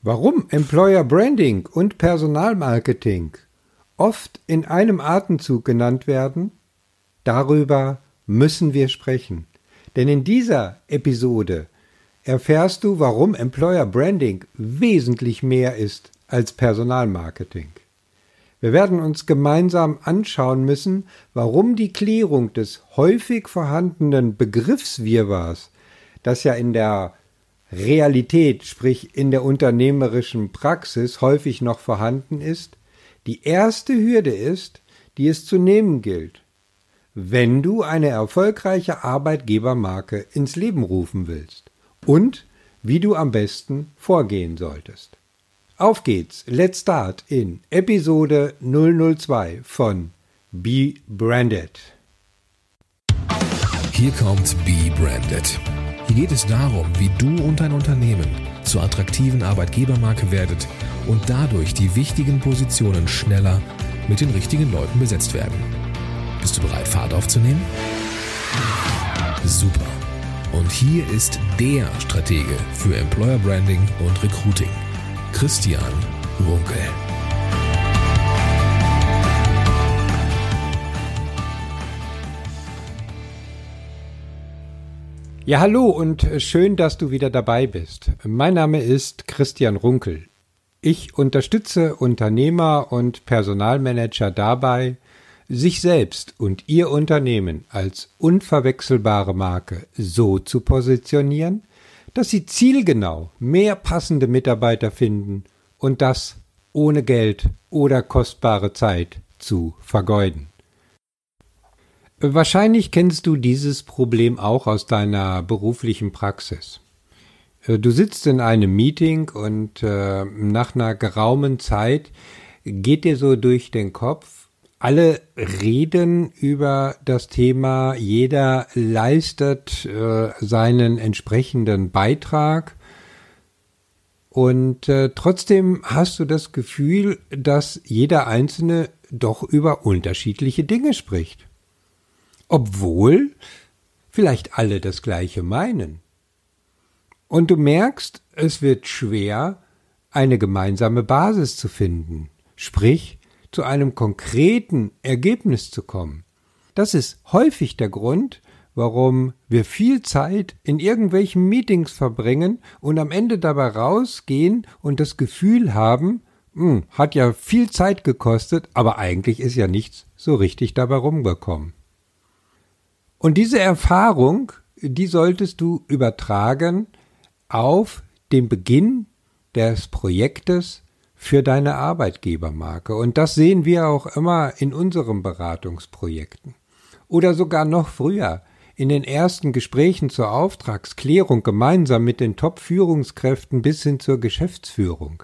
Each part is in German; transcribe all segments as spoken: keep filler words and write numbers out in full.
Warum Employer Branding und Personalmarketing oft in einem Atemzug genannt werden, darüber müssen wir sprechen. Denn in dieser Episode erfährst du, warum Employer Branding wesentlich mehr ist als Personalmarketing. Wir werden uns gemeinsam anschauen müssen, warum die Klärung des häufig vorhandenen Begriffswirrwarrs, das ja in der Realität, sprich in der unternehmerischen Praxis häufig noch vorhanden ist, die erste Hürde ist, die es zu nehmen gilt, wenn du eine erfolgreiche Arbeitgebermarke ins Leben rufen willst und wie du am besten vorgehen solltest. Auf geht's, let's start in Episode null null zwei von Be Branded. Hier kommt Be Branded. Hier geht es darum, wie du und dein Unternehmen zur attraktiven Arbeitgebermarke werdet und dadurch die wichtigen Positionen schneller mit den richtigen Leuten besetzt werden. Bist du bereit, Fahrt aufzunehmen? Super. Und hier ist der Stratege für Employer Branding und Recruiting, Christian Runkel. Ja, hallo und schön, dass du wieder dabei bist. Mein Name ist Christian Runkel. Ich unterstütze Unternehmer und Personalmanager dabei, sich selbst und ihr Unternehmen als unverwechselbare Marke so zu positionieren, dass sie zielgenau mehr passende Mitarbeiter finden und das ohne Geld oder kostbare Zeit zu vergeuden. Wahrscheinlich kennst du dieses Problem auch aus deiner beruflichen Praxis. Du sitzt in einem Meeting und äh, nach einer geraumen Zeit geht dir so durch den Kopf, alle reden über das Thema, jeder leistet äh, seinen entsprechenden Beitrag und äh, trotzdem hast du das Gefühl, dass jeder Einzelne doch über unterschiedliche Dinge spricht. Obwohl vielleicht alle das Gleiche meinen. Und du merkst, es wird schwer, eine gemeinsame Basis zu finden, sprich zu einem konkreten Ergebnis zu kommen. Das ist häufig der Grund, warum wir viel Zeit in irgendwelchen Meetings verbringen und am Ende dabei rausgehen und das Gefühl haben, hm, hat ja viel Zeit gekostet, aber eigentlich ist ja nichts so richtig dabei rumgekommen. Und diese Erfahrung, die solltest du übertragen auf den Beginn des Projektes für deine Arbeitgebermarke. Und das sehen wir auch immer in unseren Beratungsprojekten. Oder sogar noch früher, in den ersten Gesprächen zur Auftragsklärung gemeinsam mit den Top-Führungskräften bis hin zur Geschäftsführung.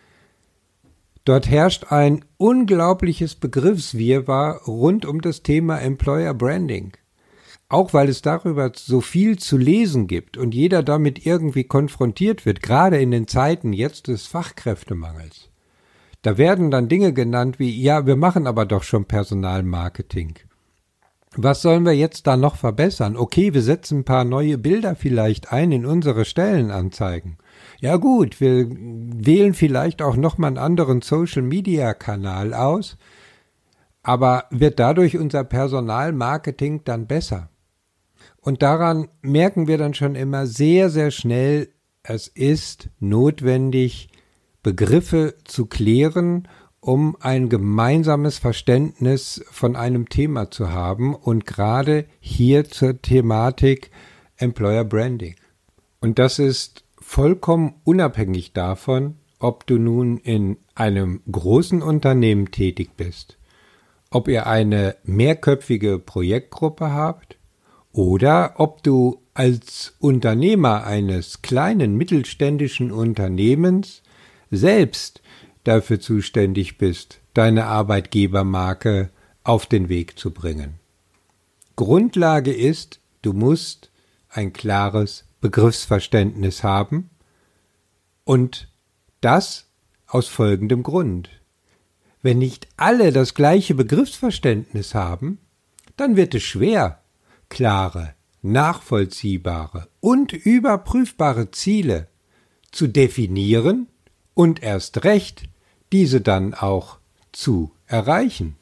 Dort herrscht ein unglaubliches Begriffswirrwarr rund um das Thema Employer Branding. Auch weil es darüber so viel zu lesen gibt und jeder damit irgendwie konfrontiert wird, gerade in den Zeiten jetzt des Fachkräftemangels. Da werden dann Dinge genannt wie, ja, wir machen aber doch schon Personalmarketing. Was sollen wir jetzt da noch verbessern? Okay, wir setzen ein paar neue Bilder vielleicht ein in unsere Stellenanzeigen. Ja gut, wir wählen vielleicht auch nochmal einen anderen Social-Media-Kanal aus, aber wird dadurch unser Personalmarketing dann besser? Und daran merken wir dann schon immer sehr, sehr schnell, es ist notwendig, Begriffe zu klären, um ein gemeinsames Verständnis von einem Thema zu haben und gerade hier zur Thematik Employer Branding. Und das ist vollkommen unabhängig davon, ob du nun in einem großen Unternehmen tätig bist, ob ihr eine mehrköpfige Projektgruppe habt oder ob du als Unternehmer eines kleinen mittelständischen Unternehmens selbst dafür zuständig bist, deine Arbeitgebermarke auf den Weg zu bringen. Grundlage ist, du musst ein klares Begriffsverständnis haben und das aus folgendem Grund. Wenn nicht alle das gleiche Begriffsverständnis haben, dann wird es schwer, klare, nachvollziehbare und überprüfbare Ziele zu definieren und erst recht diese dann auch zu erreichen.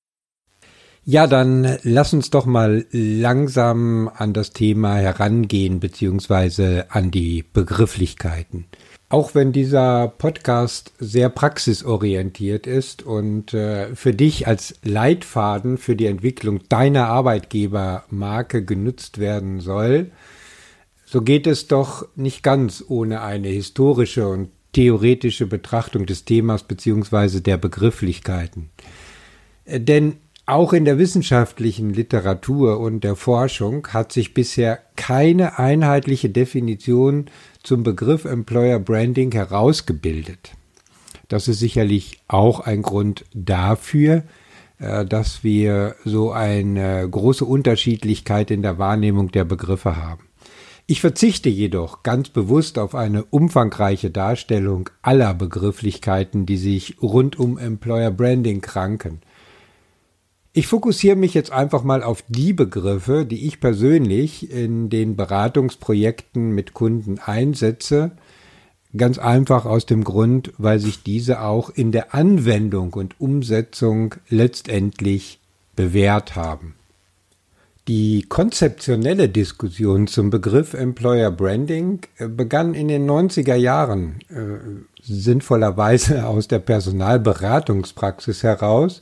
Ja, dann lass uns doch mal langsam an das Thema herangehen, beziehungsweise an die Begrifflichkeiten. Auch wenn dieser Podcast sehr praxisorientiert ist und äh, für dich als Leitfaden für die Entwicklung deiner Arbeitgebermarke genutzt werden soll, so geht es doch nicht ganz ohne eine historische und theoretische Betrachtung des Themas beziehungsweise der Begrifflichkeiten. Äh, denn auch in der wissenschaftlichen Literatur und der Forschung hat sich bisher keine einheitliche Definition zum Begriff Employer Branding herausgebildet. Das ist sicherlich auch ein Grund dafür, dass wir so eine große Unterschiedlichkeit in der Wahrnehmung der Begriffe haben. Ich verzichte jedoch ganz bewusst auf eine umfangreiche Darstellung aller Begrifflichkeiten, die sich rund um Employer Branding ranken. Ich fokussiere mich jetzt einfach mal auf die Begriffe, die ich persönlich in den Beratungsprojekten mit Kunden einsetze, ganz einfach aus dem Grund, weil sich diese auch in der Anwendung und Umsetzung letztendlich bewährt haben. Die konzeptionelle Diskussion zum Begriff Employer Branding begann in den neunziger Jahren, äh, sinnvollerweise aus der Personalberatungspraxis heraus,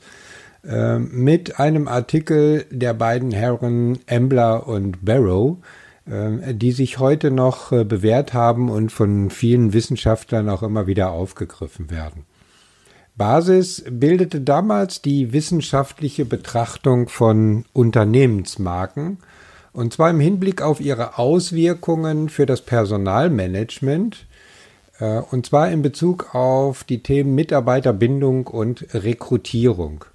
mit einem Artikel der beiden Herren Ambler und Barrow, die sich heute noch bewährt haben und von vielen Wissenschaftlern auch immer wieder aufgegriffen werden. Basis bildete damals die wissenschaftliche Betrachtung von Unternehmensmarken, und zwar im Hinblick auf ihre Auswirkungen für das Personalmanagement, und zwar in Bezug auf die Themen Mitarbeiterbindung und Rekrutierung.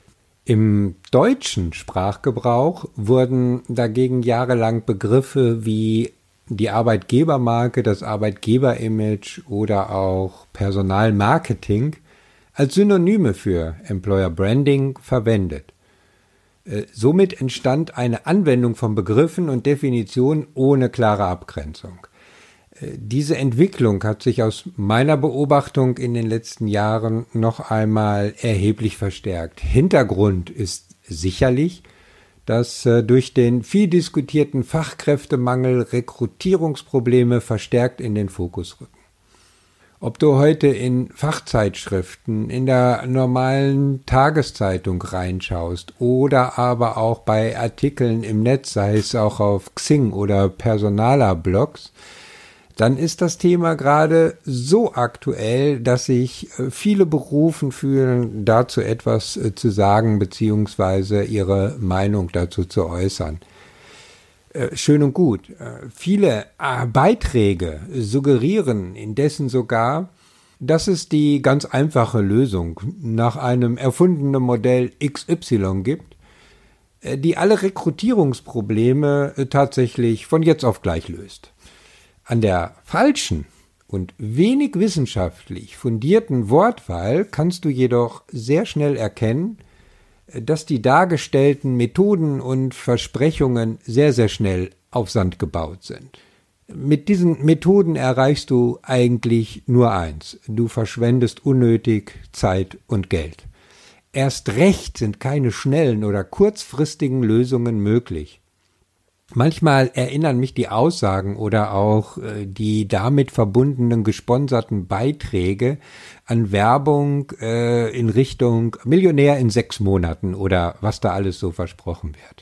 Im deutschen Sprachgebrauch wurden dagegen jahrelang Begriffe wie die Arbeitgebermarke, das Arbeitgeberimage oder auch Personalmarketing als Synonyme für Employer Branding verwendet. Somit entstand eine Anwendung von Begriffen und Definitionen ohne klare Abgrenzung. Diese Entwicklung hat sich aus meiner Beobachtung in den letzten Jahren noch einmal erheblich verstärkt. Hintergrund ist sicherlich, dass äh, durch den viel diskutierten Fachkräftemangel Rekrutierungsprobleme verstärkt in den Fokus rücken. Ob du heute in Fachzeitschriften, in der normalen Tageszeitung reinschaust oder aber auch bei Artikeln im Netz, sei es auch auf Xing oder Personaler-Blogs, dann ist das Thema gerade so aktuell, dass sich viele berufen fühlen, dazu etwas zu sagen bzw. ihre Meinung dazu zu äußern. Schön und gut. Viele Beiträge suggerieren indessen sogar, dass es die ganz einfache Lösung nach einem erfundenen Modell X Y gibt, die alle Rekrutierungsprobleme tatsächlich von jetzt auf gleich löst. An der falschen und wenig wissenschaftlich fundierten Wortwahl kannst du jedoch sehr schnell erkennen, dass die dargestellten Methoden und Versprechungen sehr, sehr schnell auf Sand gebaut sind. Mit diesen Methoden erreichst du eigentlich nur eins: Du verschwendest unnötig Zeit und Geld. Erst recht sind keine schnellen oder kurzfristigen Lösungen möglich. Manchmal erinnern mich die Aussagen oder auch äh, die damit verbundenen gesponserten Beiträge an Werbung äh, in Richtung Millionär in sechs Monaten oder was da alles so versprochen wird.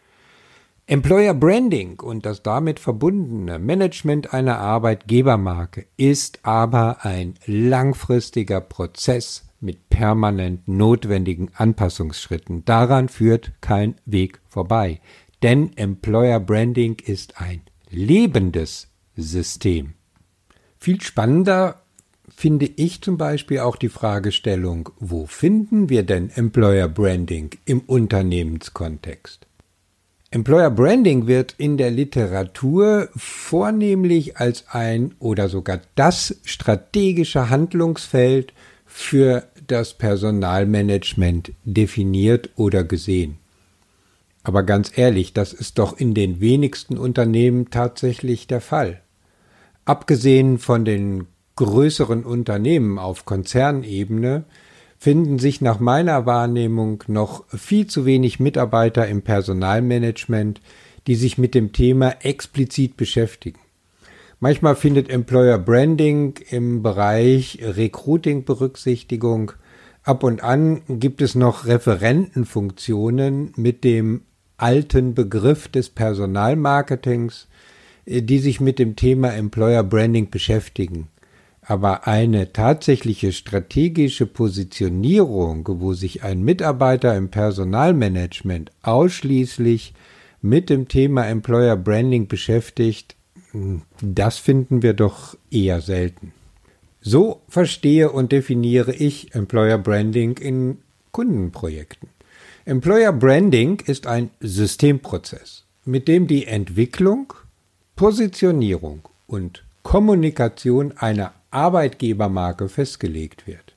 Employer Branding und das damit verbundene Management einer Arbeitgebermarke ist aber ein langfristiger Prozess mit permanent notwendigen Anpassungsschritten. Daran führt kein Weg vorbei. Denn Employer Branding ist ein lebendes System. Viel spannender finde ich zum Beispiel auch die Fragestellung, wo finden wir denn Employer Branding im Unternehmenskontext? Employer Branding wird in der Literatur vornehmlich als ein oder sogar das strategische Handlungsfeld für das Personalmanagement definiert oder gesehen. Aber ganz ehrlich, das ist doch in den wenigsten Unternehmen tatsächlich der Fall. Abgesehen von den größeren Unternehmen auf Konzernebene finden sich nach meiner Wahrnehmung noch viel zu wenig Mitarbeiter im Personalmanagement, die sich mit dem Thema explizit beschäftigen. Manchmal findet Employer Branding im Bereich Recruiting-Berücksichtigung. Ab und an gibt es noch Referentenfunktionen mit dem alten Begriff des Personalmarketings, die sich mit dem Thema Employer Branding beschäftigen. Aber eine tatsächliche strategische Positionierung, wo sich ein Mitarbeiter im Personalmanagement ausschließlich mit dem Thema Employer Branding beschäftigt, das finden wir doch eher selten. So verstehe und definiere ich Employer Branding in Kundenprojekten. Employer Branding ist ein Systemprozess, mit dem die Entwicklung, Positionierung und Kommunikation einer Arbeitgebermarke festgelegt wird.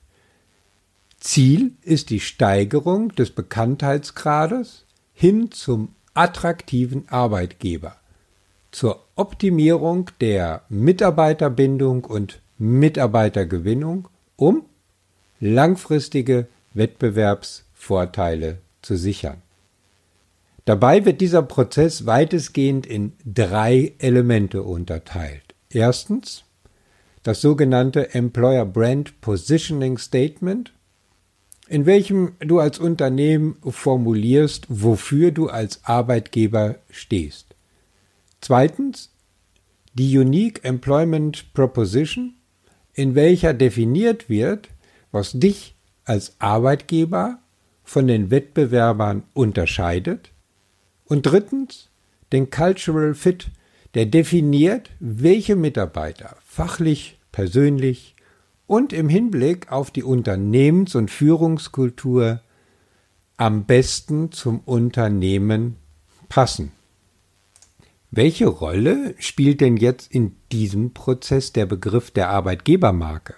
Ziel ist die Steigerung des Bekanntheitsgrades hin zum attraktiven Arbeitgeber, zur Optimierung der Mitarbeiterbindung und Mitarbeitergewinnung, um langfristige Wettbewerbsvorteile zu sichern. Dabei wird dieser Prozess weitestgehend in drei Elemente unterteilt. Erstens das sogenannte Employer Brand Positioning Statement, in welchem du als Unternehmen formulierst, wofür du als Arbeitgeber stehst. Zweitens die Unique Employment Proposition, in welcher definiert wird, was dich als Arbeitgeber von den Wettbewerbern unterscheidet. Und drittens den Cultural Fit, der definiert, welche Mitarbeiter fachlich, persönlich und im Hinblick auf die Unternehmens- und Führungskultur am besten zum Unternehmen passen. Welche Rolle spielt denn jetzt in diesem Prozess der Begriff der Arbeitgebermarke?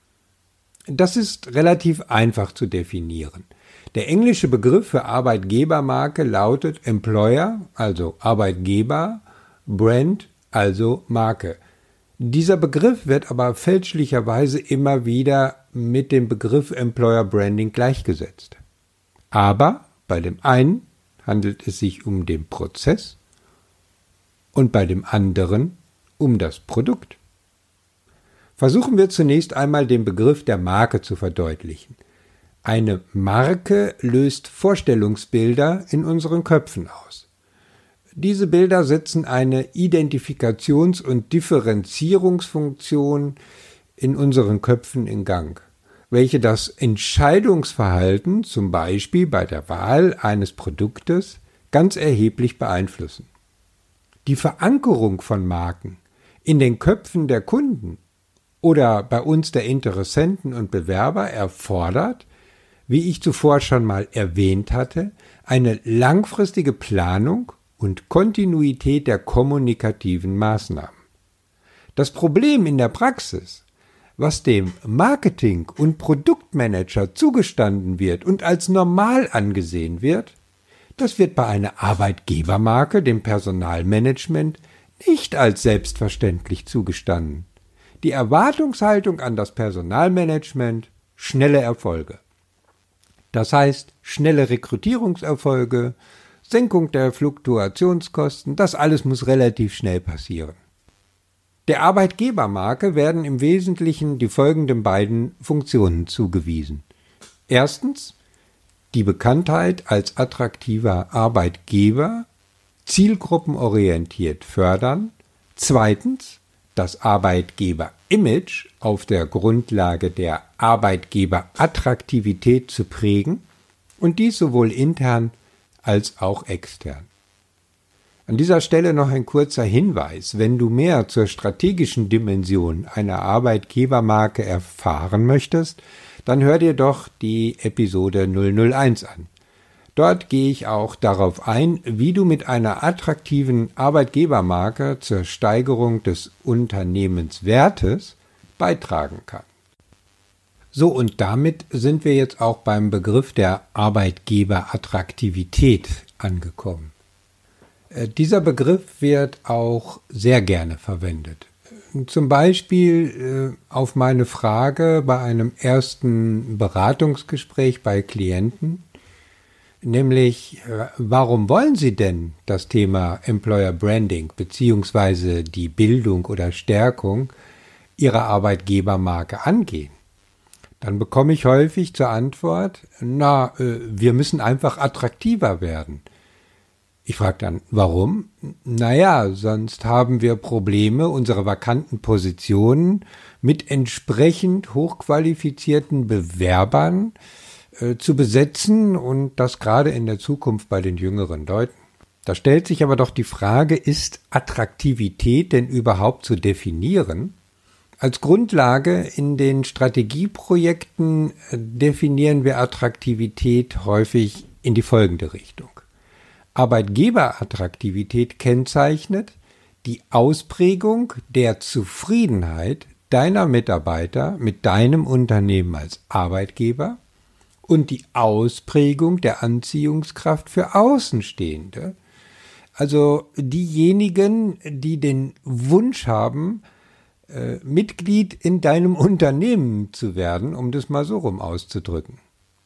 Das ist relativ einfach zu definieren. Der englische Begriff für Arbeitgebermarke lautet Employer, also Arbeitgeber, Brand, also Marke. Dieser Begriff wird aber fälschlicherweise immer wieder mit dem Begriff Employer Branding gleichgesetzt. Aber bei dem einen handelt es sich um den Prozess und bei dem anderen um das Produkt. Versuchen wir zunächst einmal den Begriff der Marke zu verdeutlichen. Eine Marke löst Vorstellungsbilder in unseren Köpfen aus. Diese Bilder setzen eine Identifikations- und Differenzierungsfunktion in unseren Köpfen in Gang, welche das Entscheidungsverhalten, zum Beispiel bei der Wahl eines Produktes, ganz erheblich beeinflussen. Die Verankerung von Marken in den Köpfen der Kunden oder bei uns der Interessenten und Bewerber erfordert, wie ich zuvor schon mal erwähnt hatte, eine langfristige Planung und Kontinuität der kommunikativen Maßnahmen. Das Problem in der Praxis, was dem Marketing- und Produktmanager zugestanden wird und als normal angesehen wird, das wird bei einer Arbeitgebermarke, dem Personalmanagement, nicht als selbstverständlich zugestanden. Die Erwartungshaltung an das Personalmanagement: schnelle Erfolge. Das heißt, schnelle Rekrutierungserfolge, Senkung der Fluktuationskosten, das alles muss relativ schnell passieren. Der Arbeitgebermarke werden im Wesentlichen die folgenden beiden Funktionen zugewiesen. Erstens die Bekanntheit als attraktiver Arbeitgeber, zielgruppenorientiert fördern. Zweitens das Arbeitgeber-Image auf der Grundlage der Arbeitgeberattraktivität zu prägen und dies sowohl intern als auch extern. An dieser Stelle noch ein kurzer Hinweis: Wenn du mehr zur strategischen Dimension einer Arbeitgebermarke erfahren möchtest, dann hör dir doch die Episode null null eins an. Dort gehe ich auch darauf ein, wie du mit einer attraktiven Arbeitgebermarke zur Steigerung des Unternehmenswertes beitragen kannst. So, und damit sind wir jetzt auch beim Begriff der Arbeitgeberattraktivität angekommen. Äh, dieser Begriff wird auch sehr gerne verwendet. Zum Beispiel äh, auf meine Frage bei einem ersten Beratungsgespräch bei Klienten, nämlich, äh, warum wollen Sie denn das Thema Employer Branding beziehungsweise die Bildung oder Stärkung Ihrer Arbeitgebermarke angehen? Dann bekomme ich häufig zur Antwort, na, äh, wir müssen einfach attraktiver werden. Ich frage dann, warum? Naja, sonst haben wir Probleme, unsere vakanten Positionen mit entsprechend hochqualifizierten Bewerbern äh, zu besetzen und das gerade in der Zukunft bei den jüngeren Leuten. Da stellt sich aber doch die Frage, ist Attraktivität denn überhaupt zu definieren? Als Grundlage in den Strategieprojekten äh, definieren wir Attraktivität häufig in die folgende Richtung. Arbeitgeberattraktivität kennzeichnet die Ausprägung der Zufriedenheit deiner Mitarbeiter mit deinem Unternehmen als Arbeitgeber und die Ausprägung der Anziehungskraft für Außenstehende, also diejenigen, die den Wunsch haben, äh, Mitglied in deinem Unternehmen zu werden, um das mal so rum auszudrücken.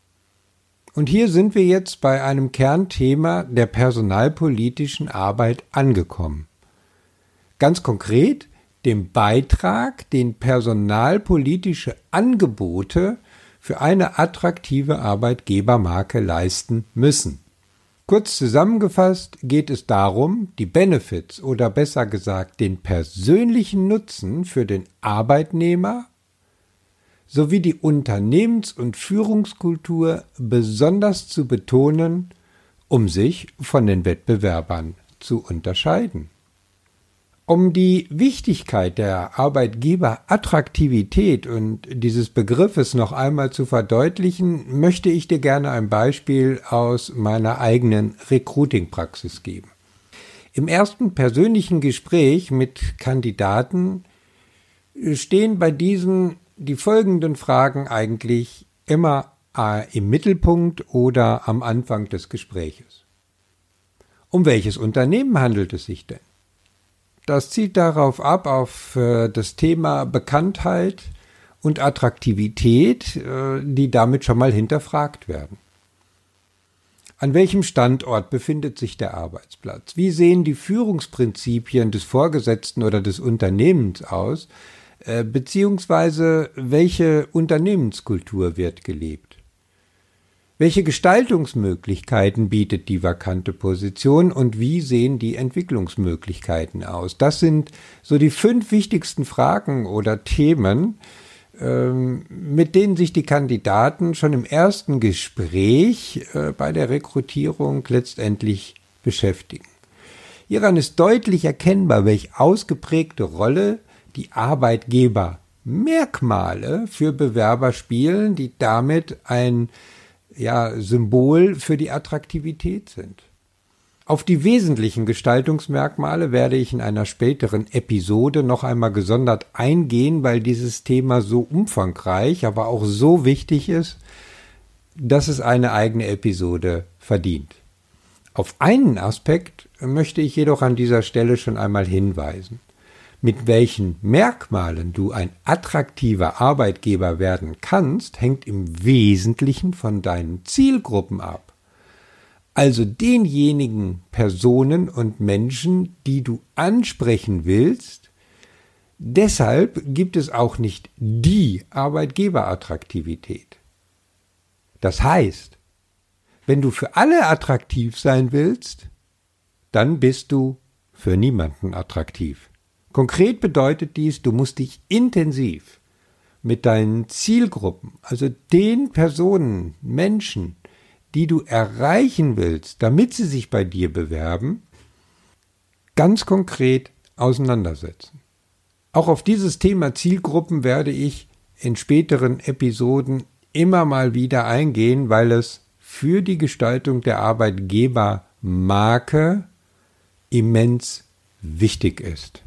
Und hier sind wir jetzt bei einem Kernthema der personalpolitischen Arbeit angekommen. Ganz konkret dem Beitrag, den personalpolitische Angebote für eine attraktive Arbeitgebermarke leisten müssen. Kurz zusammengefasst geht es darum, die Benefits oder besser gesagt den persönlichen Nutzen für den Arbeitnehmer sowie die Unternehmens- und Führungskultur besonders zu betonen, um sich von den Wettbewerbern zu unterscheiden. Um die Wichtigkeit der Arbeitgeberattraktivität und dieses Begriffes noch einmal zu verdeutlichen, möchte ich dir gerne ein Beispiel aus meiner eigenen Recruiting-Praxis geben. Im ersten persönlichen Gespräch mit Kandidaten stehen bei diesen die folgenden Fragen eigentlich immer äh, im Mittelpunkt oder am Anfang des Gespräches. Um welches Unternehmen handelt es sich denn? Das zielt darauf ab, auf äh, das Thema Bekanntheit und Attraktivität, äh, die damit schon mal hinterfragt werden. An welchem Standort befindet sich der Arbeitsplatz? Wie sehen die Führungsprinzipien des Vorgesetzten oder des Unternehmens aus? Beziehungsweise welche Unternehmenskultur wird gelebt? Welche Gestaltungsmöglichkeiten bietet die vakante Position und wie sehen die Entwicklungsmöglichkeiten aus? Das sind so die fünf wichtigsten Fragen oder Themen, ähm, mit denen sich die Kandidaten schon im ersten Gespräch äh, bei der Rekrutierung letztendlich beschäftigen. Hieran ist deutlich erkennbar, welche ausgeprägte Rolle die Arbeitgebermerkmale für Bewerber spielen, die damit ein ja, Symbol für die Attraktivität sind. Auf die wesentlichen Gestaltungsmerkmale werde ich in einer späteren Episode noch einmal gesondert eingehen, weil dieses Thema so umfangreich, aber auch so wichtig ist, dass es eine eigene Episode verdient. Auf einen Aspekt möchte ich jedoch an dieser Stelle schon einmal hinweisen. Mit welchen Merkmalen du ein attraktiver Arbeitgeber werden kannst, hängt im Wesentlichen von deinen Zielgruppen ab. Also denjenigen Personen und Menschen, die du ansprechen willst. Deshalb gibt es auch nicht die Arbeitgeberattraktivität. Das heißt, wenn du für alle attraktiv sein willst, dann bist du für niemanden attraktiv. Konkret bedeutet dies, du musst dich intensiv mit deinen Zielgruppen, also den Personen, Menschen, die du erreichen willst, damit sie sich bei dir bewerben, ganz konkret auseinandersetzen. Auch auf dieses Thema Zielgruppen werde ich in späteren Episoden immer mal wieder eingehen, weil es für die Gestaltung der Arbeitgebermarke immens wichtig ist.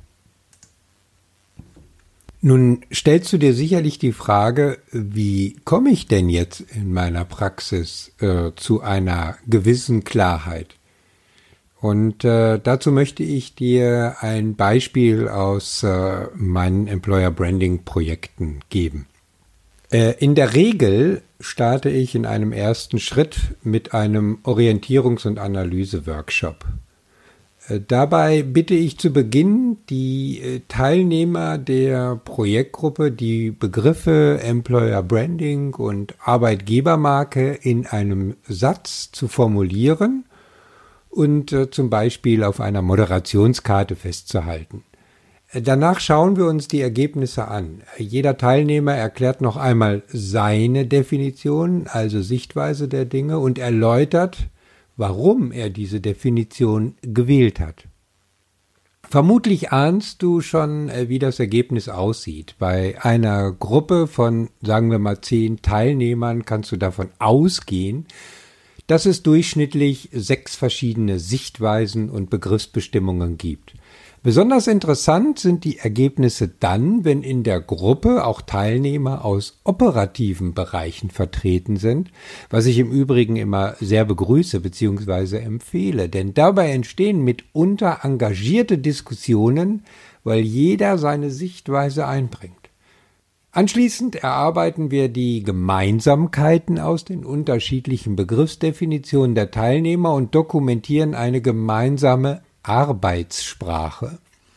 Nun stellst du dir sicherlich die Frage, wie komme ich denn jetzt in meiner Praxis äh, zu einer gewissen Klarheit? Und äh, dazu möchte ich dir ein Beispiel aus äh, meinen Employer Branding Projekten geben. Äh, in der Regel starte ich in einem ersten Schritt mit einem Orientierungs- und Analyse-Workshop. Äh, dabei bitte ich zu Beginn die äh, Teilnehmer der Projektgruppe, die Begriffe Employer Branding und Arbeitgebermarke in einem Satz zu formulieren und äh, zum Beispiel auf einer Moderationskarte festzuhalten. Äh, danach schauen wir uns die Ergebnisse an. Jeder Teilnehmer erklärt noch einmal seine Definition, also Sichtweise der Dinge, und erläutert, warum er diese Definition gewählt hat. Vermutlich ahnst du schon, äh, wie das Ergebnis aussieht. Bei einer Gruppe von, sagen wir mal, zehn Teilnehmern kannst du davon ausgehen, dass es durchschnittlich sechs verschiedene Sichtweisen und Begriffsbestimmungen gibt. Besonders interessant sind die Ergebnisse dann, wenn in der Gruppe auch Teilnehmer aus operativen Bereichen vertreten sind, was ich im Übrigen immer sehr begrüße bzw. empfehle, denn dabei entstehen mitunter engagierte Diskussionen, weil jeder seine Sichtweise einbringt. Anschließend erarbeiten wir die Gemeinsamkeiten aus den unterschiedlichen Begriffsdefinitionen der Teilnehmer und dokumentieren eine gemeinsame Arbeitssprache.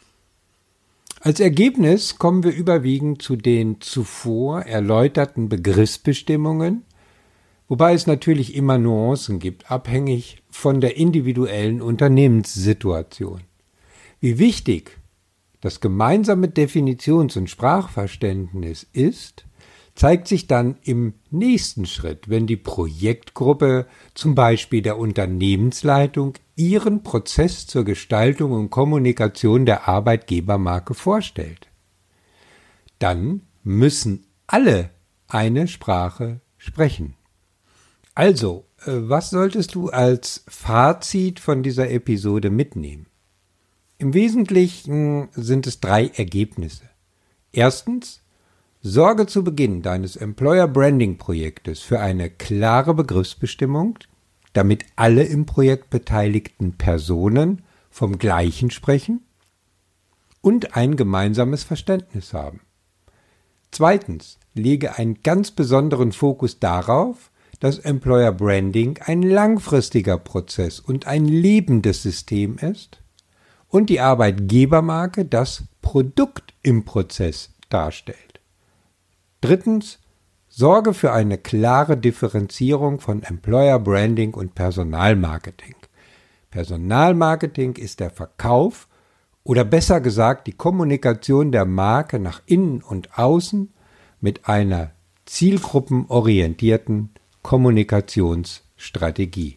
Als Ergebnis kommen wir überwiegend zu den zuvor erläuterten Begriffsbestimmungen, wobei es natürlich immer Nuancen gibt, abhängig von der individuellen Unternehmenssituation. Wie wichtig das gemeinsame Definitions- und Sprachverständnis ist, zeigt sich dann im nächsten Schritt, wenn die Projektgruppe zum Beispiel der Unternehmensleitung ihren Prozess zur Gestaltung und Kommunikation der Arbeitgebermarke vorstellt. Dann müssen alle eine Sprache sprechen. Also, was solltest du als Fazit von dieser Episode mitnehmen? Im Wesentlichen sind es drei Ergebnisse. Erstens, sorge zu Beginn deines Employer Branding Projektes für eine klare Begriffsbestimmung, damit alle im Projekt beteiligten Personen vom Gleichen sprechen und ein gemeinsames Verständnis haben. Zweitens, lege einen ganz besonderen Fokus darauf, dass Employer Branding ein langfristiger Prozess und ein lebendes System ist und die Arbeitgebermarke das Produkt im Prozess darstellt. Drittens, sorge für eine klare Differenzierung von Employer Branding und Personalmarketing. Personalmarketing ist der Verkauf oder besser gesagt die Kommunikation der Marke nach innen und außen mit einer zielgruppenorientierten Kommunikationsstrategie.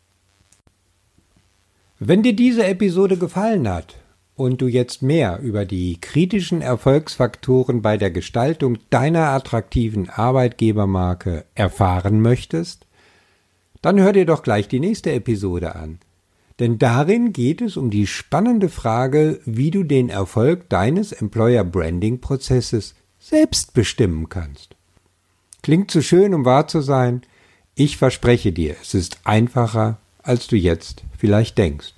Wenn dir diese Episode gefallen hat und du jetzt mehr über die kritischen Erfolgsfaktoren bei der Gestaltung deiner attraktiven Arbeitgebermarke erfahren möchtest, dann hör dir doch gleich die nächste Episode an. Denn darin geht es um die spannende Frage, wie du den Erfolg deines Employer Branding Prozesses selbst bestimmen kannst. Klingt zu schön, um wahr zu sein? Ich verspreche dir, es ist einfacher, als du jetzt vielleicht denkst.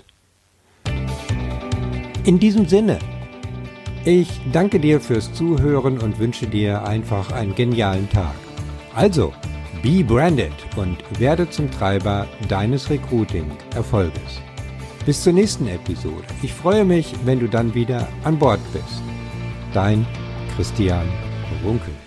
In diesem Sinne, ich danke dir fürs Zuhören und wünsche dir einfach einen genialen Tag. Also, be branded und werde zum Treiber deines Recruiting-Erfolges. Bis zur nächsten Episode. Ich freue mich, wenn du dann wieder an Bord bist. Dein Christian Runkel.